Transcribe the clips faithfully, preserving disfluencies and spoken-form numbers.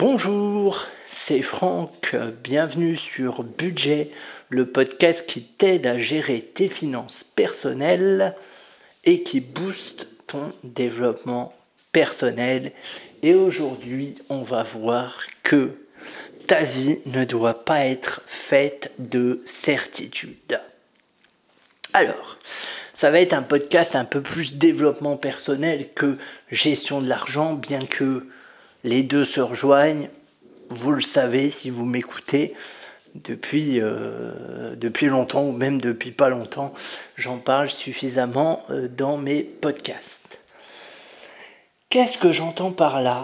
Bonjour, c'est Franck, bienvenue sur Budget, le podcast qui t'aide à gérer tes finances personnelles et qui booste ton développement personnel. Et aujourd'hui, on va voir que ta vie ne doit pas être faite de certitudes. Alors, ça va être un podcast un peu plus développement personnel que gestion de l'argent, bien que les deux se rejoignent. Vous le savez si vous m'écoutez depuis, euh, depuis longtemps ou même depuis pas longtemps. J'en parle suffisamment euh, dans mes podcasts. Qu'est-ce que j'entends par là ?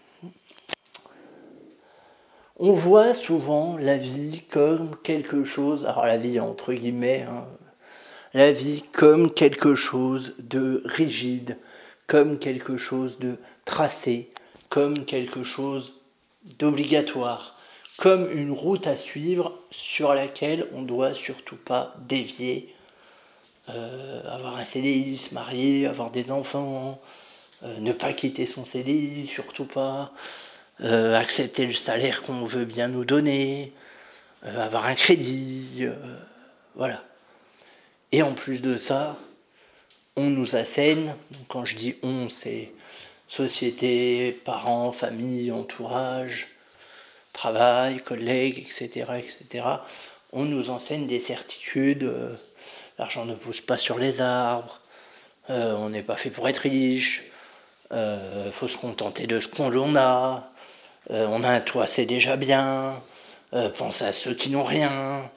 On voit souvent la vie comme quelque chose, alors la vie entre guillemets, hein, la vie comme quelque chose de rigide, comme quelque chose de tracé, comme quelque chose d'obligatoire, comme une route à suivre sur laquelle on ne doit surtout pas dévier, euh, avoir un C D I, se marier, avoir des enfants, euh, ne pas quitter son C D I, surtout pas, euh, accepter le salaire qu'on veut bien nous donner, euh, avoir un crédit, euh, voilà. Et en plus de ça, on nous assène, quand je dis on, c'est société, parents, famille, entourage, travail, collègues, et cetera, et cetera. On nous enseigne des certitudes, euh, l'argent ne pousse pas sur les arbres, euh, on n'est pas fait pour être riche, il euh, faut se contenter de ce qu'on a, euh, on a un toit, c'est déjà bien, euh, pense à ceux qui n'ont rien,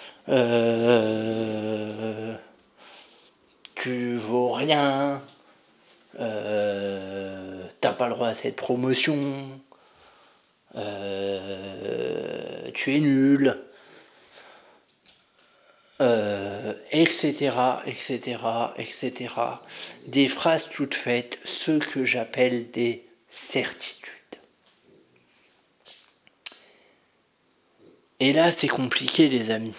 euh, tu vaux rien, euh, t'as pas le droit à cette promotion, euh, tu es nul, euh, et cetera, et cetera, et cetera. Des phrases toutes faites, ce que j'appelle des certitudes. Et là, c'est compliqué, les amis.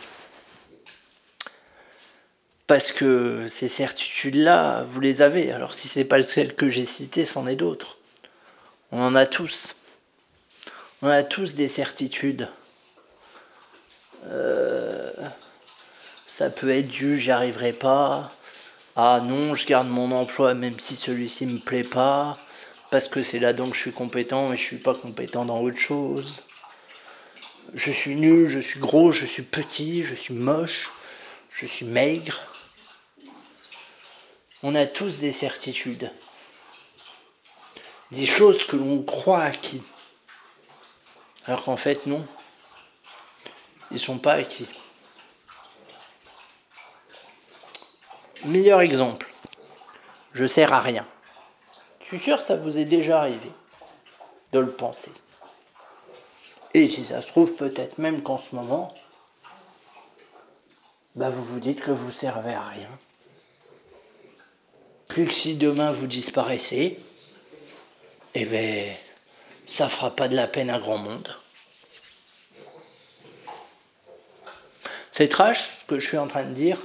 Parce que ces certitudes-là, vous les avez. Alors si c'est pas celle que j'ai citée, c'en est d'autres. On en a tous. On a tous des certitudes. Euh, ça peut être du j'y arriverai pas. Ah non, je garde mon emploi même si celui-ci me plaît pas. Parce que c'est là-dedans que je suis compétent et je suis pas compétent dans autre chose. Je suis nul, je suis gros, je suis petit, je suis moche, je suis maigre. On a tous des certitudes. Des choses que l'on croit acquis. Alors qu'en fait, non. Ils ne sont pas acquis. Meilleur exemple. Je sers à rien. Je suis sûr que ça vous est déjà arrivé de le penser. Et si ça se trouve, peut-être même qu'en ce moment, bah vous vous dites que vous servez à rien. Plus que si demain vous disparaissez, eh bien, ça fera pas de la peine à grand monde. C'est trash ce que je suis en train de dire,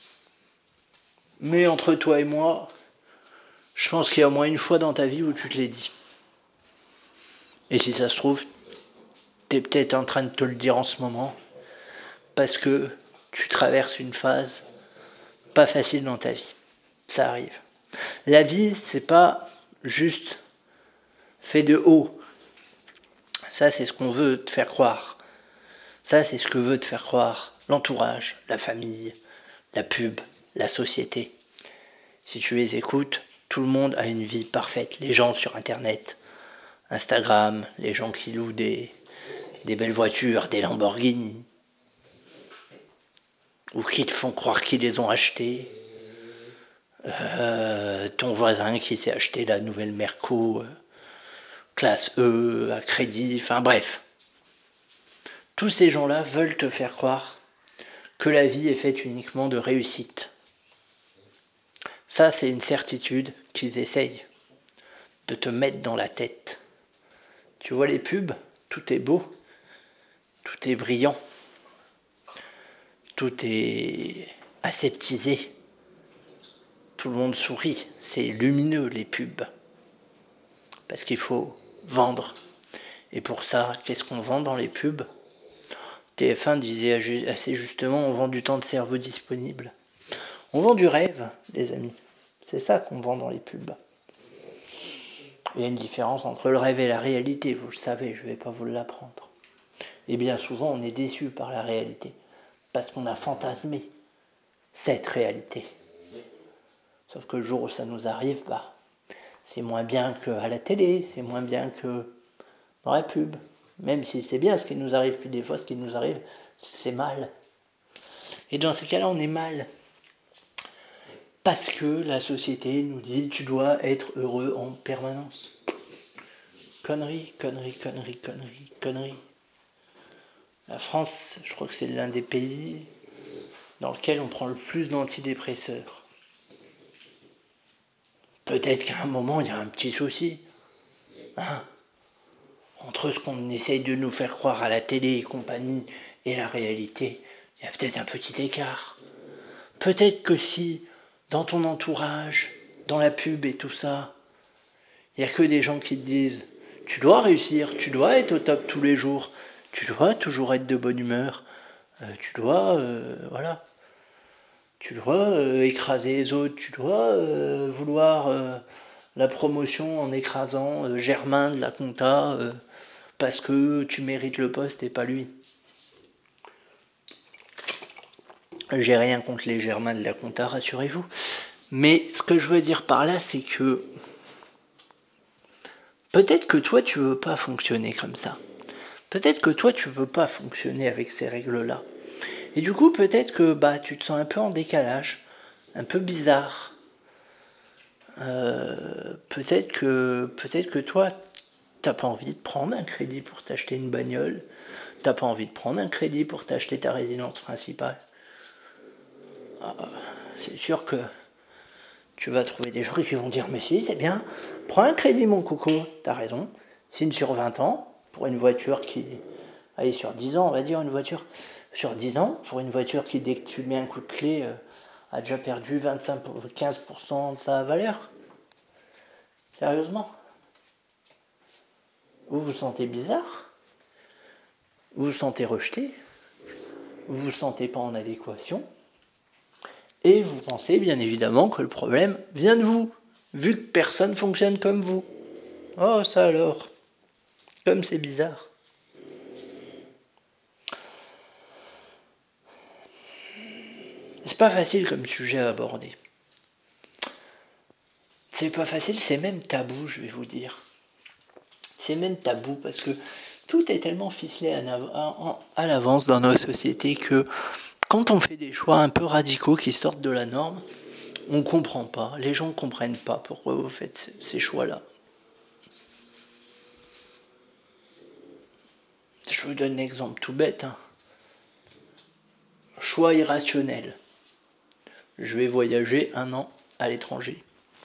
mais entre toi et moi, je pense qu'il y a au moins une fois dans ta vie où tu te l'es dit. Et si ça se trouve, t'es peut-être en train de te le dire en ce moment, parce que tu traverses une phase pas facile dans ta vie. Ça arrive. La vie, c'est pas juste fait de haut. Ça, c'est ce qu'on veut te faire croire. Ça, c'est ce que veut te faire croire l'entourage, la famille, la pub, la société. Si tu les écoutes, tout le monde a une vie parfaite. Les gens sur Internet, Instagram, les gens qui louent des, des belles voitures, des Lamborghini, ou qui te font croire qu'ils les ont achetées. Euh, ton voisin qui s'est acheté la nouvelle Merco, euh, classe E, à crédit, enfin bref. Tous ces gens-là veulent te faire croire que la vie est faite uniquement de réussite. Ça, c'est une certitude qu'ils essayent de te mettre dans la tête. Tu vois les pubs, tout est beau, tout est brillant, tout est aseptisé. Tout le monde sourit, c'est lumineux les pubs. Parce qu'il faut vendre, Et pour ça, qu'est-ce qu'on vend dans les pubs? T F un disait assez justement, on vend du temps de cerveau disponible. On vend du rêve, les amis. C'est ça qu'on vend dans les pubs. Il y a une différence entre le rêve et la réalité, vous le savez, je ne vais pas vous l'apprendre. Et bien souvent, on est déçu par la réalité, parce qu'on a fantasmé cette réalité. Sauf que le jour où ça nous arrive, bah, c'est moins bien qu'à la télé, c'est moins bien que dans la pub. Même si c'est bien ce qui nous arrive, puis des fois ce qui nous arrive, c'est mal. Et dans ces cas-là, on est mal. Parce que la société nous dit tu dois être heureux en permanence. Connerie, connerie, connerie, connerie, connerie. La France, je crois que c'est l'un des pays dans lequel on prend le plus d'antidépresseurs. Peut-être qu'à un moment, il y a un petit souci. Hein, entre ce qu'on essaye de nous faire croire à la télé et compagnie et la réalité, il y a peut-être un petit écart. Peut-être que si, dans ton entourage, dans la pub et tout ça, il n'y a que des gens qui te disent « tu dois réussir, tu dois être au top tous les jours, tu dois toujours être de bonne humeur, euh, tu dois, euh, voilà, tu dois euh, écraser les autres, tu dois euh, vouloir euh, la promotion en écrasant euh, Germain de la compta euh, parce que tu mérites le poste et pas lui. » J'ai rien contre les Germains de la compta, rassurez-vous. Mais ce que je veux dire par là, c'est que peut-être que toi, tu veux pas fonctionner comme ça. Peut-être que toi, tu veux pas fonctionner avec ces règles-là. Et du coup, peut-être que bah, tu te sens un peu en décalage, un peu bizarre. Euh, peut-être que, peut-être que toi, t'as pas envie de prendre un crédit pour t'acheter une bagnole. T'as pas envie de prendre un crédit pour t'acheter ta résidence principale. Ah, c'est sûr que tu vas trouver des gens qui vont dire « mais si, c'est bien, prends un crédit mon coco, t'as raison, signe sur vingt ans, pour une voiture qui... allez, sur dix ans, on va dire, une voiture, sur dix ans, pour une voiture qui, dès que tu mets un coup de clé, euh, a déjà perdu vingt-cinq, quinze pour cent de sa valeur. Sérieusement. Vous vous sentez bizarre? Vous vous sentez rejeté? Vous vous sentez pas en adéquation? Et vous pensez bien évidemment que le problème vient de vous, vu que personne fonctionne comme vous. Oh ça alors, comme c'est bizarre. C'est pas facile comme sujet à aborder. C'est pas facile, c'est même tabou, je vais vous dire. C'est même tabou parce que tout est tellement ficelé à l'avance dans nos sociétés que quand on fait des choix un peu radicaux qui sortent de la norme, on ne comprend pas, les gens ne comprennent pas pourquoi vous faites ces choix-là. Je vous donne un exemple tout bête. Hein. Choix irrationnel. Je vais voyager un an à l'étranger.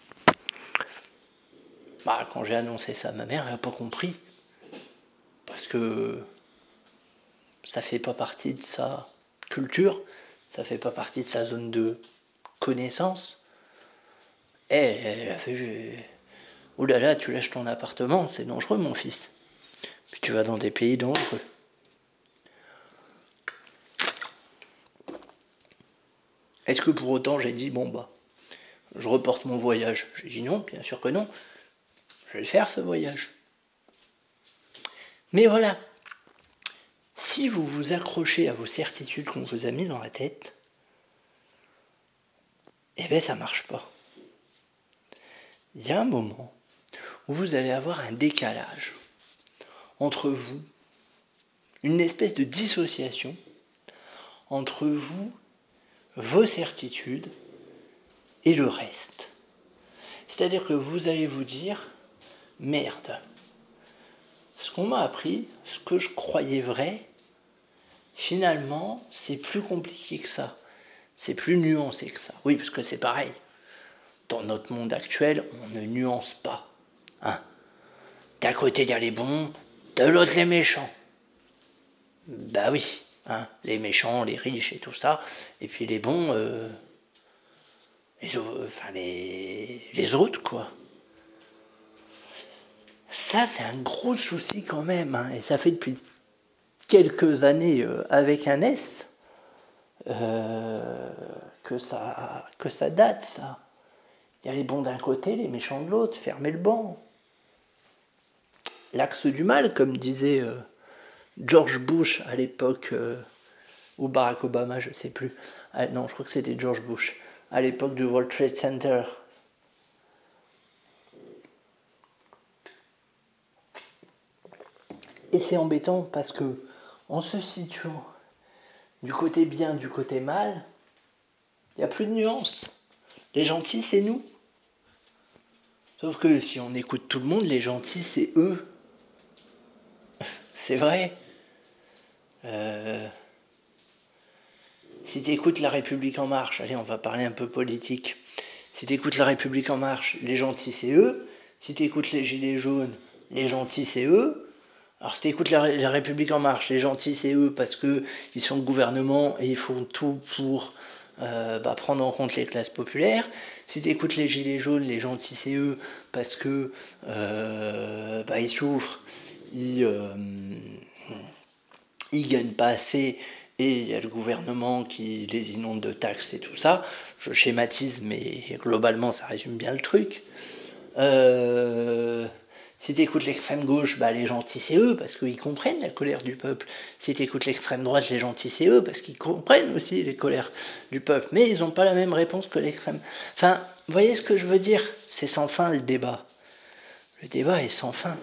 Bah, quand j'ai annoncé ça à ma mère, elle n'a pas compris. Parce que ça fait pas partie de sa culture, ça fait pas partie de sa zone de connaissance. Et elle a fait, je... oh là là, tu lâches ton appartement, c'est dangereux mon fils. Puis tu vas dans des pays dangereux. Est-ce que pour autant j'ai dit, bon bah, je reporte mon voyage? J'ai dit non, bien sûr que non. Je vais le faire ce voyage. Mais voilà, si vous vous accrochez à vos certitudes qu'on vous a mis dans la tête, eh bien ça marche pas. Il y a un moment où vous allez avoir un décalage entre vous, une espèce de dissociation entre vous, vos certitudes et le reste. C'est-à-dire que vous allez vous dire, merde, ce qu'on m'a appris, ce que je croyais vrai, finalement, c'est plus compliqué que ça. C'est plus nuancé que ça. Oui, parce que c'est pareil. Dans notre monde actuel, on ne nuance pas. Hein. D'un côté, il y a les bons, de l'autre, les méchants. Bah oui, hein, les méchants, les riches et tout ça. Et puis les bons, euh, les, enfin les, les autres, quoi. Ça, c'est un gros souci quand même, hein, et ça fait depuis quelques années euh, avec un S euh, que, ça, que ça date, ça. Il y a les bons d'un côté, les méchants de l'autre, fermez le banc. L'axe du mal, comme disait euh, George Bush à l'époque, euh, ou Barack Obama, je ne sais plus. Ah, non, je crois que c'était George Bush, à l'époque du World Trade Center. Et c'est embêtant parce que, en se situant du côté bien, du côté mal, il n'y a plus de nuances. Les gentils, c'est nous. Sauf que si on écoute tout le monde, les gentils, c'est eux. C'est vrai. Euh... Si tu écoutes La République En Marche, allez, on va parler un peu politique. Si tu écoutes La République En Marche, les gentils, c'est eux. Si tu écoutes les Gilets jaunes, les gentils, c'est eux. Alors si tu écoutes la, la République En Marche, les gentils, c'est eux parce qu'ils sont le gouvernement et ils font tout pour euh, bah, prendre en compte les classes populaires. Si tu écoutes les Gilets jaunes, les gentils, c'est eux parce que euh, bah, ils souffrent, ils, euh, ils gagnent pas assez et il y a le gouvernement qui les inonde de taxes et tout ça. Je schématise, mais globalement, ça résume bien le truc. Euh... Si tu écoutes l'extrême gauche, bah, les gentils c'est eux, parce qu'ils comprennent la colère du peuple. Si tu écoutes l'extrême droite, les gentils c'est eux, parce qu'ils comprennent aussi les colères du peuple. Mais ils n'ont pas la même réponse que l'extrême. Enfin, vous voyez ce que je veux dire? C'est sans fin le débat. Le débat est sans fin.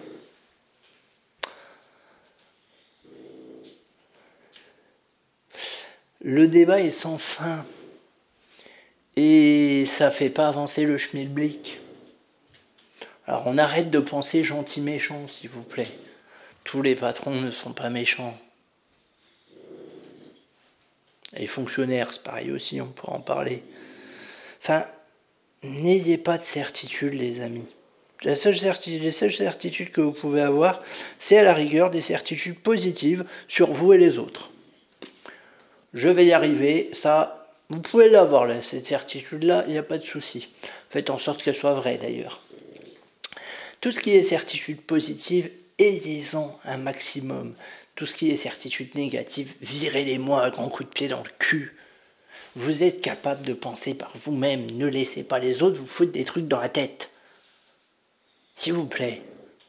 Le débat est sans fin. Et ça fait pas avancer le schmilblick. Alors on arrête de penser gentil-méchant, s'il vous plaît. Tous les patrons ne sont pas méchants. Les fonctionnaires, c'est pareil aussi, on pourra en parler. Enfin, n'ayez pas de certitude, les amis. La seule certitude, les seules certitudes que vous pouvez avoir, c'est à la rigueur des certitudes positives sur vous et les autres. Je vais y arriver, ça, vous pouvez l'avoir, là, cette certitude-là, il n'y a pas de souci. Faites en sorte qu'elle soit vraie, d'ailleurs. Tout ce qui est certitude positive, ayez-en un maximum. Tout ce qui est certitude négative, virez-les-moi à grands coups de pied dans le cul. Vous êtes capable de penser par vous-même, ne laissez pas les autres vous foutre des trucs dans la tête. S'il vous plaît.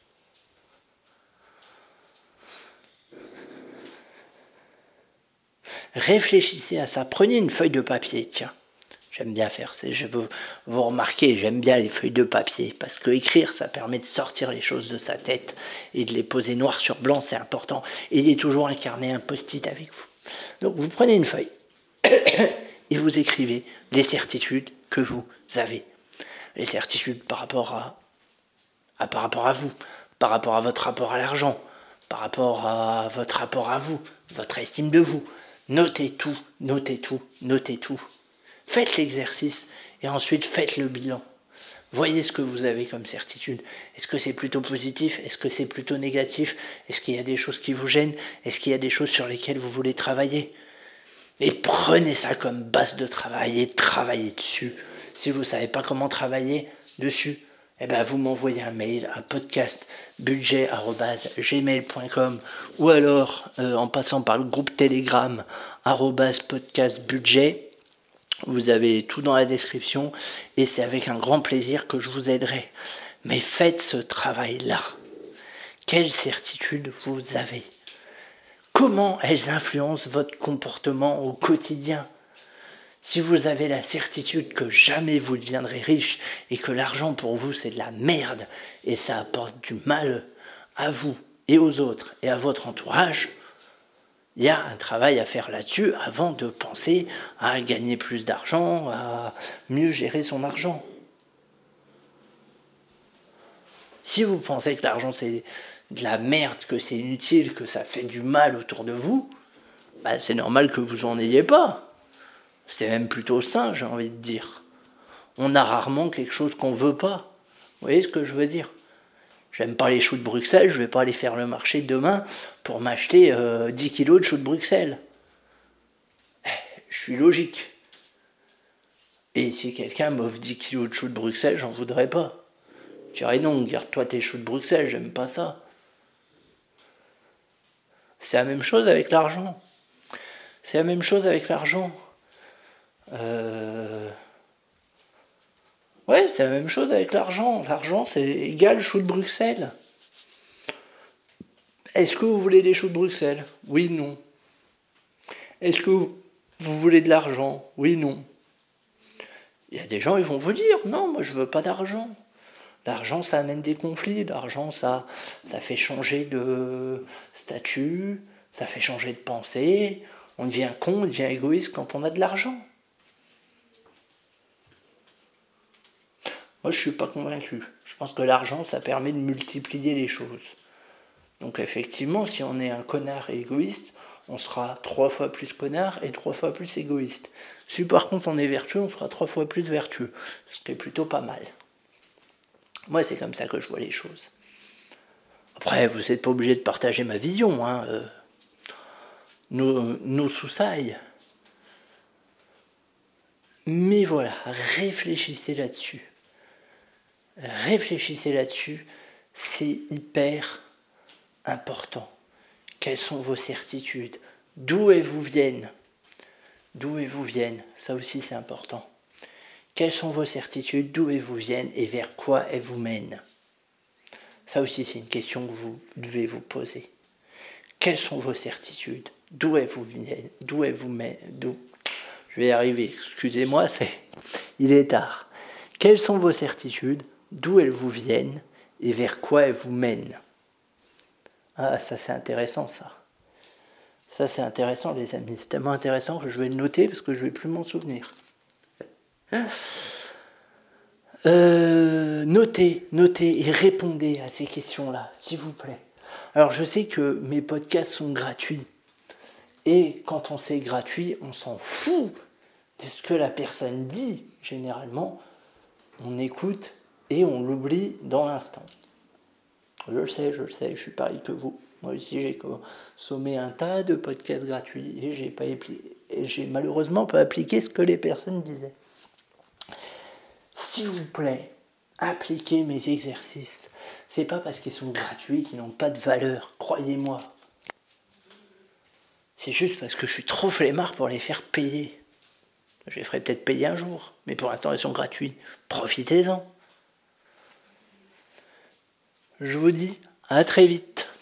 Réfléchissez à ça, prenez une feuille de papier, tiens. J'aime bien faire ça, je veux vous remarquer, j'aime bien les feuilles de papier, parce que écrire, ça permet de sortir les choses de sa tête et de les poser noir sur blanc, c'est important. Ayez toujours un carnet, un post-it avec vous. Donc vous prenez une feuille et vous écrivez les certitudes que vous avez. Les certitudes par rapport à, à, par rapport à vous, par rapport à votre rapport à l'argent, par rapport à votre rapport à vous, votre estime de vous. Notez tout, notez tout, notez tout. Faites l'exercice et ensuite faites le bilan. Voyez ce que vous avez comme certitude. Est-ce que c'est plutôt positif? Est-ce que c'est plutôt négatif? Est-ce qu'il y a des choses qui vous gênent? Est-ce qu'il y a des choses sur lesquelles vous voulez travailler? Et prenez ça comme base de travail et travaillez dessus. Si vous ne savez pas comment travailler dessus, eh ben vous m'envoyez un mail à podcast budget arobase gmail point com ou alors euh, en passant par le groupe Telegram arobase podcast budget. Vous avez tout dans la description et c'est avec un grand plaisir que je vous aiderai. Mais faites ce travail-là. Quelle certitude vous avez? Comment elles influencent votre comportement au quotidien? Si vous avez la certitude que jamais vous ne deviendrez riche et que l'argent pour vous c'est de la merde et ça apporte du mal à vous et aux autres et à votre entourage, il y a un travail à faire là-dessus avant de penser à gagner plus d'argent, à mieux gérer son argent. Si vous pensez que l'argent c'est de la merde, que c'est inutile, que ça fait du mal autour de vous, bah c'est normal que vous en ayez pas. C'est même plutôt sain, j'ai envie de dire. On a rarement quelque chose qu'on veut pas. Vous voyez ce que je veux dire? J'aime pas les choux de Bruxelles, je vais pas aller faire le marché demain pour m'acheter euh, dix kilos de choux de Bruxelles. Je suis logique. Et si quelqu'un m'offre dix kilos de choux de Bruxelles, j'en voudrais pas. Je dirais non, garde-toi tes choux de Bruxelles, j'aime pas ça. C'est la même chose avec l'argent. C'est la même chose avec l'argent. Euh... Ouais, c'est la même chose avec l'argent. L'argent, c'est égal choux de Bruxelles. Est-ce que vous voulez des choux de Bruxelles? Oui, non. Est-ce que vous voulez de l'argent? Oui, non. Il y a des gens, ils vont vous dire, non, moi je veux pas d'argent. L'argent, ça amène des conflits. L'argent, ça, ça fait changer de statut, ça fait changer de pensée. On devient con, on devient égoïste quand on a de l'argent. Moi, je suis pas convaincu. Je pense que l'argent, ça permet de multiplier les choses. Donc effectivement, si on est un connard et égoïste, on sera trois fois plus connard et trois fois plus égoïste. Si par contre on est vertueux, on sera trois fois plus vertueux. Ce qui est plutôt pas mal. Moi, c'est comme ça que je vois les choses. Après, vous n'êtes pas obligé de partager ma vision, hein. Euh, nos, nos sous-sailles. Mais voilà, réfléchissez là-dessus. Réfléchissez là-dessus, c'est hyper important. Quelles sont vos certitudes? D'où elles vous viennent? D'où elles vous viennent? Ça aussi c'est important. Quelles sont vos certitudes? D'où elles vous viennent et vers quoi elles vous mènent? Ça aussi c'est une question que vous devez vous poser. Quelles sont vos certitudes? D'où elles vous viennent? D'où elles vous mènent? D'où? Je vais y arriver, excusez-moi, c'est... il est tard. Quelles sont vos certitudes? D'où elles vous viennent et vers quoi elles vous mènent? Ah, ça c'est intéressant ça. Ça c'est intéressant les amis. C'est tellement intéressant que je vais le noter parce que je ne vais plus m'en souvenir. Euh, notez, notez et répondez à ces questions-là, s'il vous plaît. Alors je sais que mes podcasts sont gratuits. Et quand on sait gratuit, on s'en fout de ce que la personne dit. Généralement, on écoute et on l'oublie dans l'instant. Je le sais, je le sais, je suis pareil que vous. Moi aussi, j'ai consommé un tas de podcasts gratuits et j'ai, pas appli- et j'ai malheureusement pas appliqué ce que les personnes disaient. S'il vous plaît, appliquez mes exercices. C'est pas parce qu'ils sont gratuits qu'ils n'ont pas de valeur, croyez-moi. C'est juste parce que je suis trop flemmard pour les faire payer. Je les ferai peut-être payer un jour, mais pour l'instant, ils sont gratuits. Profitez-en. Je vous dis à très vite.